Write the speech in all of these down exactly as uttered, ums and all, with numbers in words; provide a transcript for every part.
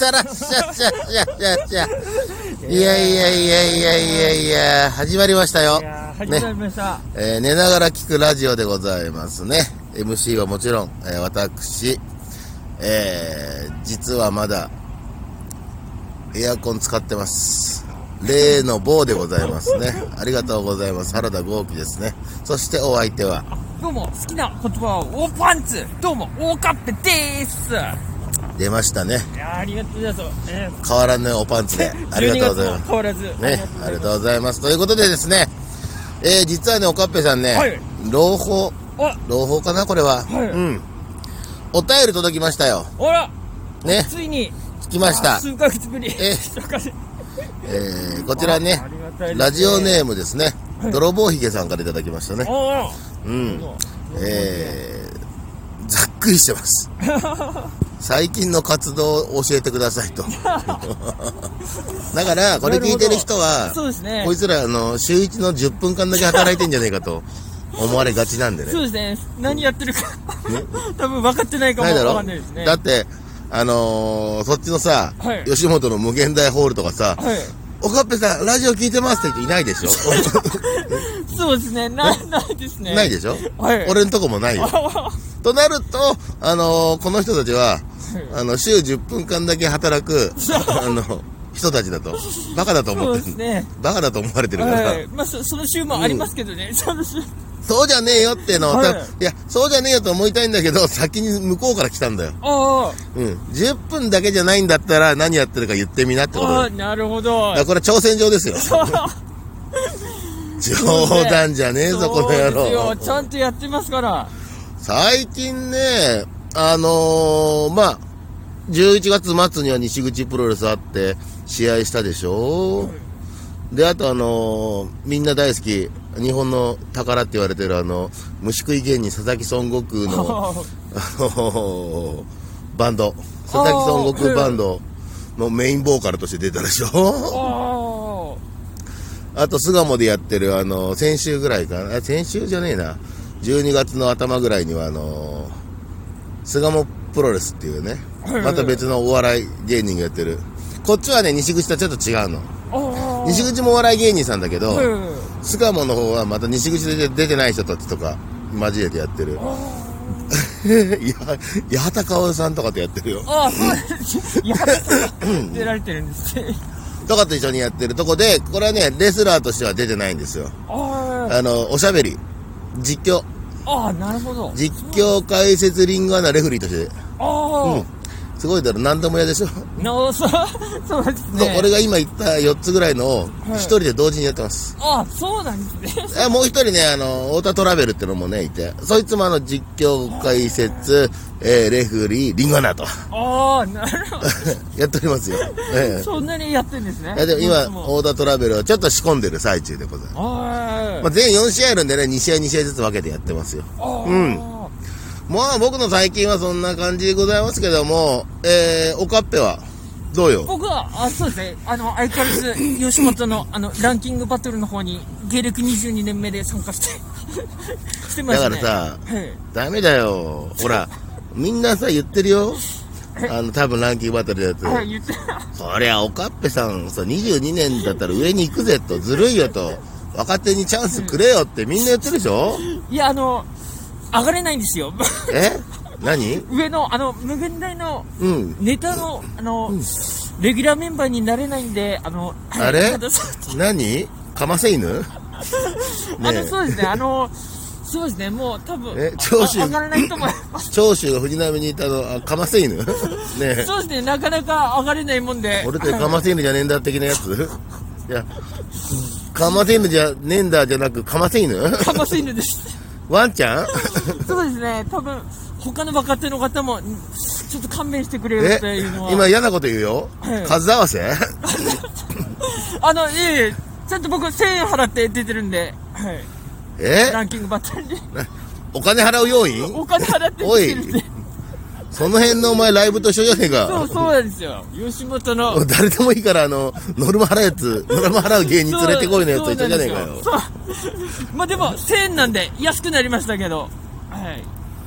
さらっしゃっしゃっしゃっしゃっしゃ。いやいやいやいやいやいや、始まりましたよ。 いや始まりました、 ねえー、寝ながら聞くラジオでございますね。エムシー はもちろん、えー、私、えー、実はまだエアコン使ってます。例の棒でございますね。ありがとうございます。原田豪輝ですね。そしてお相手は、 どうも好きな言葉は大パンツ、どうも大カッペでーす。 出ましたね。 いやありがとうございます、えー、 変わらぬおパンツでありがとうございます。 変わらずね、ありがとうございます。ということでですね、えー、実はね、おかっぺさんね、はい、朗報朗報かなこれは、はい、うん、お便り届きましたよ。 あらね、 ついに来ました。 数ヶ月ぶり。 えーえー、こちらね、ね、ラジオネームですね、はい、泥棒ひげさんからいただきましたね。うん、えー、ざっくりしてます最近の活動を教えてくださいとだからこれ聞いてる人は、そうですね、こいつらあの週いちのじゅっぷんかんだけ働いてんじゃねえかと思われがちなんでね。 そうですね、何やってるかね多分分かってないかも分かんないですね。 だってあのー、そっちのさ、はい、吉本の無限大ホールとかさ、はい、おかっぺさんラジオ聞いてますって人いないでしょそうですね、な、ないですね。 ないでしょ、はい、俺んとこもないよとなると、あのー、この人たちは、はい、あの週じゅっぷんかんだけ働くあの人たちだとバカだと思ってる、ね、バカだと思われてるから、はい、 まあ、そ, その週もありますけどね、うん、その週そうじゃねえよってのを、はい、いやそうじゃねえよと思いたいんだけど先に向こうから来たんだよ。あ、うん、じゅっぷんだけじゃないんだったら何やってるか言ってみなってことだ。 あ、なるほど。 これ挑戦状ですよ冗談じゃねえぞこの野郎。そうですよ、 ちゃんとやってますから。 最近ね、あのー、まあじゅういちがつ末には西口プロレスあって試合したでしょ、はい、であとあのー、みんな大好き日本の宝って言われてるあの虫食い芸人佐々木孫悟空のバンド、佐々木孫悟空バンドのメインボーカルとして出たでしょあと巣鴨でやってるあの先週ぐらいかな、先週じゃねえな、じゅうにがつの頭ぐらいにはあの巣鴨プロレスっていうね、また別のお笑い芸人がやってる、こっちはね西口とちょっと違うの。西口もお笑い芸人さんだけど、巣鴨の方はまた西口で出てない人たちとか交えてやってるや八幡薫さんとかとやってるよ。ああ、そうです八幡さん出られてるんですねとかと一緒にやってるとこで、これはねレスラーとしては出てないんですよ。ああのおしゃべり実況、ああ、なるほど、実況解説リングアナレフリーとして、ああ、うん、すごいだろ、何でも嫌でしょのそうそうですね。俺が今言ったよっつぐらいのを一人で同時にやってます。ああ、そうなんですね。もう一人ね、あの太田トラベルってのもねいて、そいつもあの実況解説、えー、レフリーリングアナと、ああ、なるほどやっておりますよ、えー、そんなにやってるんですね。いやでも今太田トラベルはちょっと仕込んでる最中でございます。あ、まあ、全よんしあいあるんでね、にしあいにしあいずつ分けてやってますよ。うん、まあ僕の最近はそんな感じでございますけども、えー、おかっぺはどうよ。僕はあそうですね、あの相変わらず吉本のあのランキングバトルの方に芸歴にじゅうにねんめで参加してしてますね。だからさ、はい、ダメだよ、ほらみんなさ言ってるよあの多分ランキングバトルのやつ、はい、言ってそりゃおかっぺさんさにじゅうにねんだったら上に行くぜと、ずるいよと、若手にチャンスくれよってみんな言ってるでしょ。いや、あの上がれないんですよえ何上のあの無限大のネタの、うん、あの、うん、レギュラーメンバーになれないんで、あのあれ、はい、何かませ犬ね、あのそうですね、あのそうですね、もう多分え長州上がらないと思います長州が藤波にいたのかませ犬ねそうですね、なかなか上がれないもんで、俺ってかませ犬じゃねえんだ的なやついやかませ犬じゃねえんだじゃなくかませ犬かませ犬ですワンちゃんそうですね、多分他の若手の方もちょっと勘弁してくれよっていうのは。今嫌なこと言うよ、はい、数合わせあのいえいえ、ちゃんと僕せんえん払って出てるんで、はい、えランキングバトルにお金払う要員お金払って出てるんでその辺のお前ライブと一緒じゃねえか。そうそうなんですよ、吉本の誰でもいいからあのノルマ払うやつノルマ払う芸人連れてこいのやつと一緒じゃねえかよ。まあでもせんえんなんで安くなりましたけど、はい、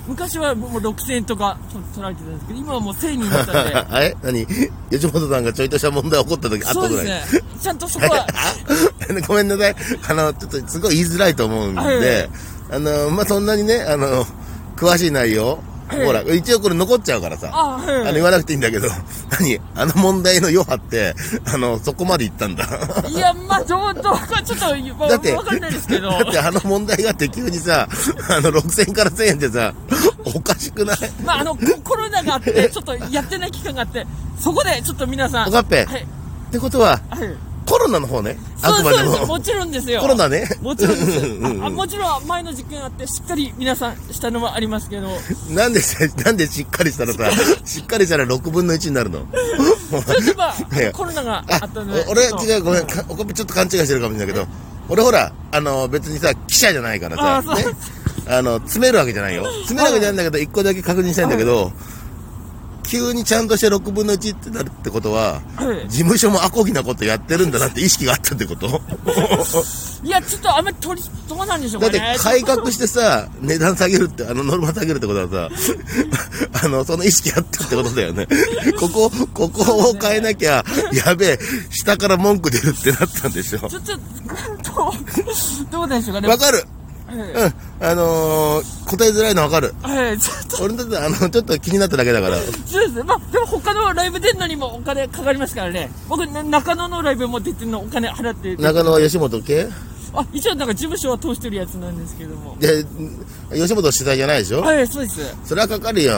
昔はもうろくせんえんとか取られてたんですけど、今はもうせんえんになったんで。 あれ何吉本さんがちょいとした問題起こった時あったぐらい。 そうですね。ちゃんとそこは。 ごめんなさい。あの、ちょっとすごい言いづらいと思うんで、はいはい、あの、まあ、そんなにね、あの、詳しい内容、はい、ほら、一応これ残っちゃうからさ、あ、はいはい、あの、言わなくていいんだけど、何あの問題の余波って、あの、そこまでいったんだ。 いや、まあ、どう、どうかちょっと、まあ、だって、わかんないですけど。 だってあの問題があって急にさ、あの、ろくせんえんからせんえんってさ、おかしくない？ まあ、あの、コロナがあって、ちょっとやってない期間があって、そこでちょっと皆さん。 おかっぺ。はい。ってことは、はい、コロナの方ね。あくまでも。 そうです。もちろんですよ。 コロナね。 もちろんです。あ、もちろん前の実験あって、しっかり皆さんしたのはありますけど。 なんで、なんでしっかりしたらさ、しっかりしたらろくぶんのいちになるの？ ちょっとまあ、コロナがあったので。 俺、違う、ごめん、おかっぺちょっと勘違いしてるかもしれないけど、俺ほら、あの、別にさ、記者じゃないからさ、あ、ね、あの、詰めるわけじゃないよ。詰めるわけじゃないんだけど、一個だけ確認したいんだけど、急にちゃんとしてろくぶんのいちってなるってことは、はい、事務所もアコギなことやってるんだなって意識があったってこといや、ちょっとあんまり取り、どうなんでしょうかね。 だって改革してさ、値段下げるって、あの、ノルマ下げるってことはさ、あの、その意識あったってことだよね。ここ、ここを変えなきゃ、やべえ、下から文句出るってなったんでしょ。ちょ、ちょ、 どうでしょうかね。 わかる。うん、あのー、答えづらいのわかる。はい、ちょっと。俺だってあの、ちょっと気になっただけだから。 そうですね。まあ、でも他のライブ出るのにもお金かかりますからね。僕、中野のライブも出てるのお金払って。 中野は吉本系？ あ、一応なんか事務所は通してるやつなんですけども。 で、吉本主催じゃないでしょ？ はい、そうです。 それはかかるよ。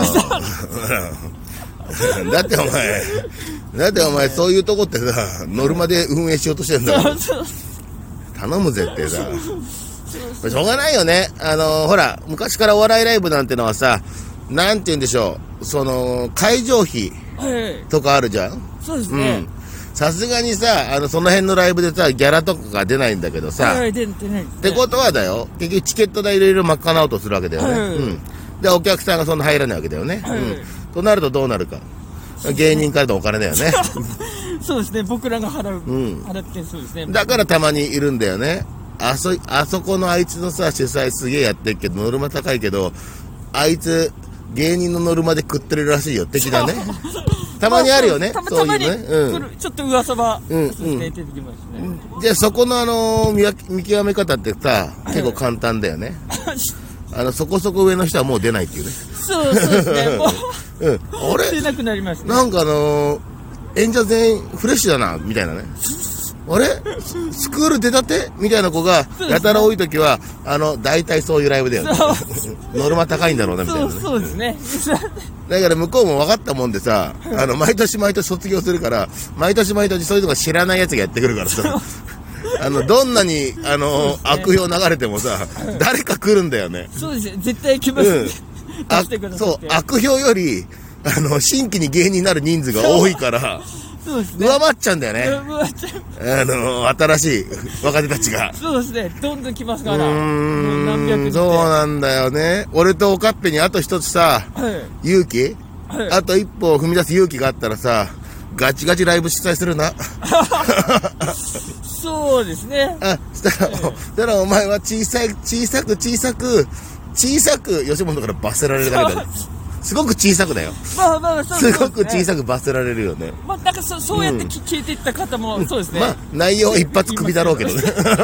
だってお前、だってお前、そういうとこってさ、ノルマで運営しようとしてんだから。頼むぜってさ。しょうがないよね。あのー、ほら、昔からお笑いライブなんてのはさ、なんて言うんでしょう、その、会場費とかあるじゃん、はい、 そうですね。 さすがにさ、あの、その辺のライブでさ、ギャラとかが出ないんだけどさ、 はい、出てないですね。 ってことはだよ、結局チケット代いろいろ賄おうとするわけだよね。はい、うん。で、お客さんがそんな入らないわけだよね。はい、うん。となるとどうなるか。芸人からのお金だよね。 そうですね、僕らが払う、うん、払ってそうですね。 だからたまにいるんだよね。あそ、あそこのあいつのさ、主催すげえやってるけど、ノルマ高いけど、あいつ、芸人のノルマで食ってるらしいよ、的だね。たまにあるよね、 まあ、 そういうね。 うん。ちょっと噂は、うん、うん。出てきますね。 じゃあそこのあの見、見極め方ってさ、結構簡単だよね。あの、そこそこ上の人はもう出ないっていうね。 そう、そうですね。もう、うん。 あれ出なくなりますね。 なんかあのー、演者全員フレッシュだな、みたいなね。あれスクール出たてみたいな子がやたら多いときは、あの、大体そういうライブだよね。ノルマ高いんだろうな、みたいな、ね。 そう、そうですね。 だから向こうも分かったもんでさ、あの、毎年毎年卒業するから、毎年毎年そういうのが知らないやつがやってくるからさ、あの、どんなに、あの、ね、悪評流れてもさ、誰か来るんだよね。 そうですね。絶対来ますね。うん、 あそう、悪評より、あの、新規に芸人になる人数が多いから、 そうですね。 上回っちゃうんだよね。上回っちゃう。あの、新しい若手たちが。 そうですね。どんどん来ますから。うーん。何百人。 そうなんだよね。俺とおかっぺにあと一つさ、はい、勇気、はい、あと一歩踏み出す勇気があったらさ、ガチガチライブ主催するな。 そうですね。 あ、したら、ええ、したらお前は小さい、小さく小さく、小さく吉本から罰せられるだけだね。すごく小さくだよ。まあまあ、そうですね。すごく小さく罰せられるよね。 まあ、なんかそ、そうやって消えていった方も、そうですね。 まあ、内容は一発首だろうけどね。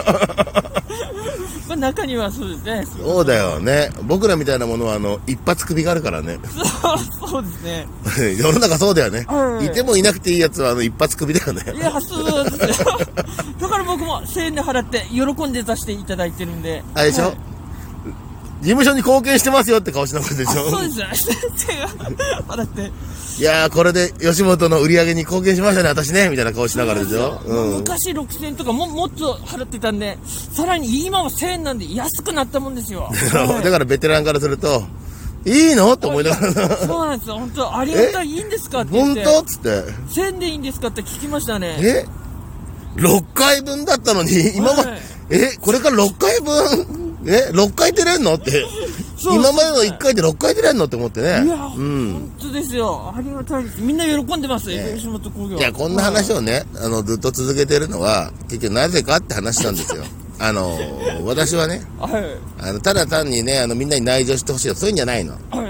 まあ、中にはそうですね。 そうだよね。僕らみたいなものは、あの、一発首があるからね。 そう、そうですね。 世の中そうだよね。いてもいなくていいやつは、あの、一発首だよね。 いや、そうですね。だから僕もせんえんで払って喜んで出していただいてるんで。 あれでしょ、はい、事務所に貢献してますよって顔しながらでしょ。 そうですよ。笑って。 いやー、これで吉本の売り上げに貢献しましたね、私ね、みたいな顔しながらですよ。 うん、昔ろくせんえんとかももっと払ってたんで、さらに今はせんえんなんで安くなったもんですよ。 だからベテランからすると、いいのって思いながら。 そうなんですよ。本当ありがたい、いいんですかって言って。 本当っつって。 せんえんでいいんですかって聞きましたね。 えろっかいぶんだったのに、今まで、はい、えこれからろっかいぶんえろっかい出れんのって。今までのいっかいでろっかい出れんのって思ってね。 いや、うん、本当ですよ。ありがたいです。みんな喜んでます、ね、吉本興業。 いや、こんな話をね、あの、ずっと続けてるのは、結局なぜかって話なんですよ。 あのー、私はね、はい、あのただ単にね、あのみんなに内情してほしいと、そういうんじゃないの。はい、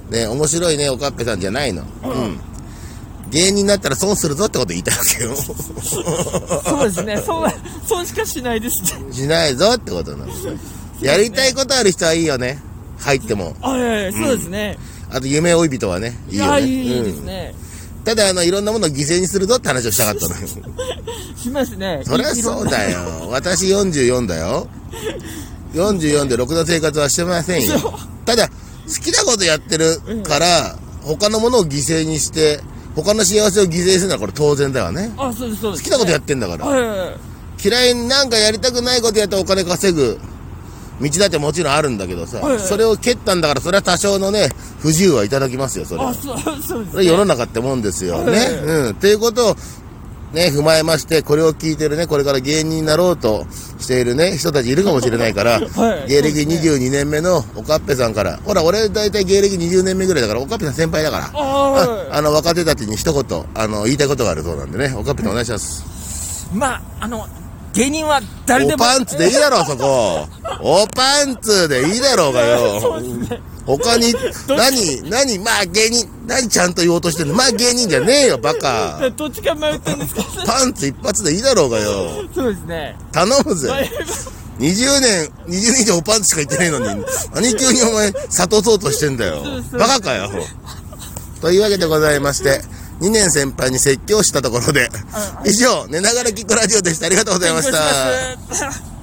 ね、面白いね、おかっぺさんじゃないの。はい、うん。芸人になったら損するぞってこと言いたいわけよ。 そうですね、損、損しかしないです。 しないぞってことなの。やりたいことある人はいいよね。入っても。 あ、いやいや、そうですね。 うん、あと、夢追い人はね、いいよね。 いや、いいですね。 うん、ただ、あの、いろんなものを犠牲にするぞって話をしたかったのよ。 しますね。 そりゃそうだよ。私よんじゅうよんだよ。よんじゅうよんでろくな生活はしてませんよ。ただ、好きなことやってるから、他のものを犠牲にして、他の幸せを犠牲するのはこれ当然だよね。 あ、そうです、そうです。 好きなことやってんだから。 はいはいはい、 嫌いになんかやりたくないことやってお金稼ぐ道だってもちろんあるんだけどさ、はいはい、それを蹴ったんだから、それは多少のね、不自由はいただきますよ、それは。 あ、そう、そうですね。 それ世の中ってもんですよ。はいはいはい、ね。うん。ということを、ね、踏まえまして、これを聞いてるね、これから芸人になろうとしているね、人たちいるかもしれないから、はい、芸歴にじゅうにねんめのおかっぺさんから、ほら、俺大体芸歴にじゅうねんめぐらいだから、おかっぺさん先輩だから、あ, あの、若手たちに一言、あの、言いたいことがあるそうなんでね、おかっぺさんお願いします。 まあ、あの、芸人は誰でも。 おパンツでいいだろう、そこ。おパンツでいいだろうがよ。そうですね。他に、何、何、まあ芸人、何ちゃんと言おうとしてんの、まあ芸人じゃねえよ、バカ。 どっちか迷ってんですか。 パンツ一発でいいだろうがよ。 そうですね。 頼むぜ。にじゅうねん、にじゅうねん以上おパンツしか言ってないのに、何急にお前、諭そうとしてんだよ。バカかよ。というわけでございまして、にねん先輩に説教したところで、以上、寝ながら聞くラジオでした。ありがとうございました。